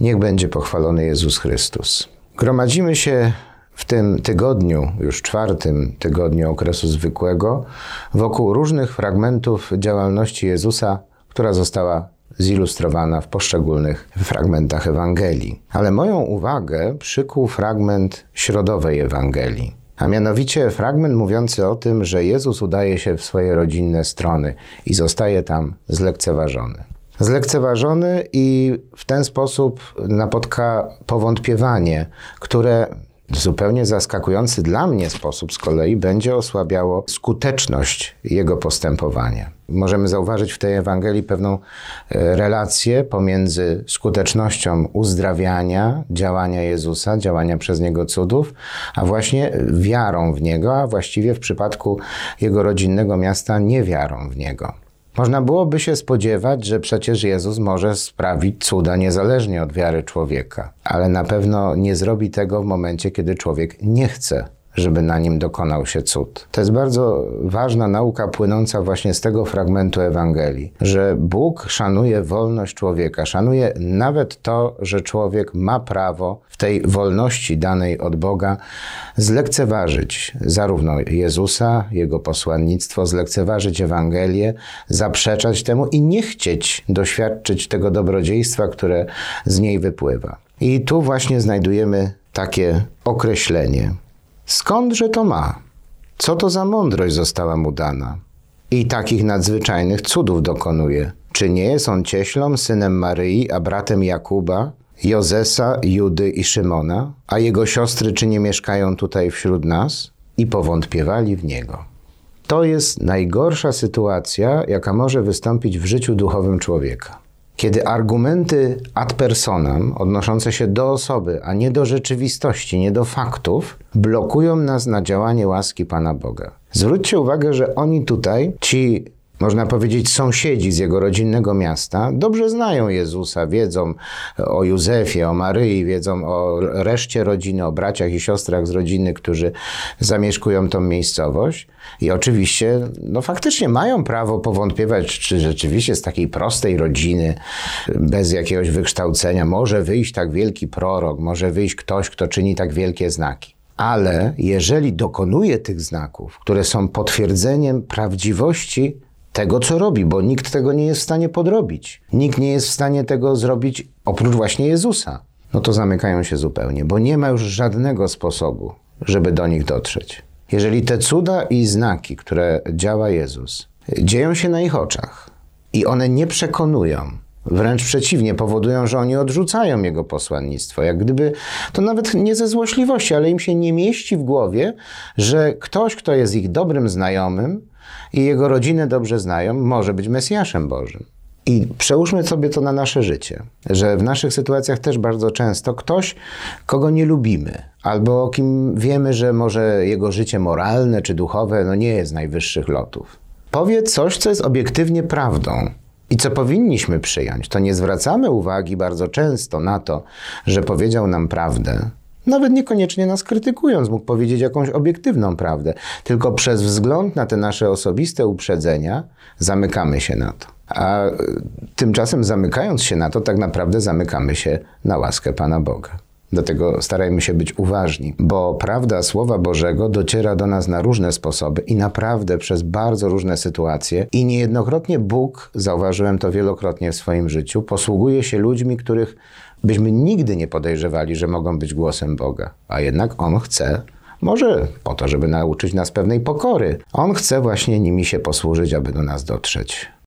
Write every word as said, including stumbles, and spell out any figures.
Niech będzie pochwalony Jezus Chrystus. Gromadzimy się w tym tygodniu, już czwartym tygodniu okresu zwykłego, wokół różnych fragmentów działalności Jezusa, która została zilustrowana w poszczególnych fragmentach Ewangelii. Ale moją uwagę przykuł fragment środowej Ewangelii, a mianowicie fragment mówiący o tym, że Jezus udaje się w swoje rodzinne strony i zostaje tam zlekceważony. Zlekceważony i w ten sposób napotka powątpiewanie, które w zupełnie zaskakujący dla mnie sposób z kolei będzie osłabiało skuteczność jego postępowania. Możemy zauważyć w tej Ewangelii pewną relację pomiędzy skutecznością uzdrawiania, działania Jezusa, działania przez Niego cudów, a właśnie wiarą w Niego, a właściwie w przypadku jego rodzinnego miasta niewiarą w Niego. Można byłoby się spodziewać, że przecież Jezus może sprawić cuda niezależnie od wiary człowieka, ale na pewno nie zrobi tego w momencie, kiedy człowiek nie chce, żeby na nim dokonał się cud. To jest bardzo ważna nauka płynąca właśnie z tego fragmentu Ewangelii, że Bóg szanuje wolność człowieka, szanuje nawet to, że człowiek ma prawo w tej wolności danej od Boga zlekceważyć zarówno Jezusa, Jego posłannictwo, zlekceważyć Ewangelię, zaprzeczać temu i nie chcieć doświadczyć tego dobrodziejstwa, które z niej wypływa. I tu właśnie znajdujemy takie określenie. Skądże to ma? Co to za mądrość została mu dana? I takich nadzwyczajnych cudów dokonuje. Czy nie jest on cieślą, synem Maryi, a bratem Jakuba, Jozesa, Judy i Szymona? A jego siostry czy nie mieszkają tutaj wśród nas? I powątpiewali w niego. To jest najgorsza sytuacja, jaka może wystąpić w życiu duchowym człowieka. Kiedy argumenty ad personam, odnoszące się do osoby, a nie do rzeczywistości, nie do faktów, blokują nas na działanie łaski Pana Boga. Zwróćcie uwagę, że oni tutaj, ci, można powiedzieć, sąsiedzi z jego rodzinnego miasta, dobrze znają Jezusa, wiedzą o Józefie, o Maryi, wiedzą o reszcie rodziny, o braciach i siostrach z rodziny, którzy zamieszkują tą miejscowość. I oczywiście, no faktycznie mają prawo powątpiewać, czy rzeczywiście z takiej prostej rodziny, bez jakiegoś wykształcenia, może wyjść tak wielki prorok, może wyjść ktoś, kto czyni tak wielkie znaki. Ale jeżeli dokonuje tych znaków, które są potwierdzeniem prawdziwości tego, co robi, bo nikt tego nie jest w stanie podrobić. Nikt nie jest w stanie tego zrobić oprócz właśnie Jezusa. No to zamykają się zupełnie, bo nie ma już żadnego sposobu, żeby do nich dotrzeć. Jeżeli te cuda i znaki, które działa Jezus, dzieją się na ich oczach i one nie przekonują, wręcz przeciwnie, powodują, że oni odrzucają Jego posłannictwo. Jak gdyby, to nawet nie ze złośliwości, ale im się nie mieści w głowie, że ktoś, kto jest ich dobrym znajomym i jego rodzinę dobrze znają, może być Mesjaszem Bożym. I przełóżmy sobie to na nasze życie, że w naszych sytuacjach też bardzo często ktoś, kogo nie lubimy, albo o kim wiemy, że może jego życie moralne czy duchowe no nie jest z najwyższych lotów, powie coś, co jest obiektywnie prawdą i co powinniśmy przyjąć. To nie zwracamy uwagi bardzo często na to, że powiedział nam prawdę, nawet niekoniecznie nas krytykując, mógł powiedzieć jakąś obiektywną prawdę, tylko przez wzgląd na te nasze osobiste uprzedzenia zamykamy się na to. A tymczasem zamykając się na to, tak naprawdę zamykamy się na łaskę Pana Boga. Dlatego starajmy się być uważni, bo prawda Słowa Bożego dociera do nas na różne sposoby i naprawdę przez bardzo różne sytuacje. I niejednokrotnie Bóg, zauważyłem to wielokrotnie w swoim życiu, posługuje się ludźmi, których byśmy nigdy nie podejrzewali, że mogą być głosem Boga. A jednak On chce, może po to, żeby nauczyć nas pewnej pokory. On chce właśnie nimi się posłużyć, aby do nas dotrzeć.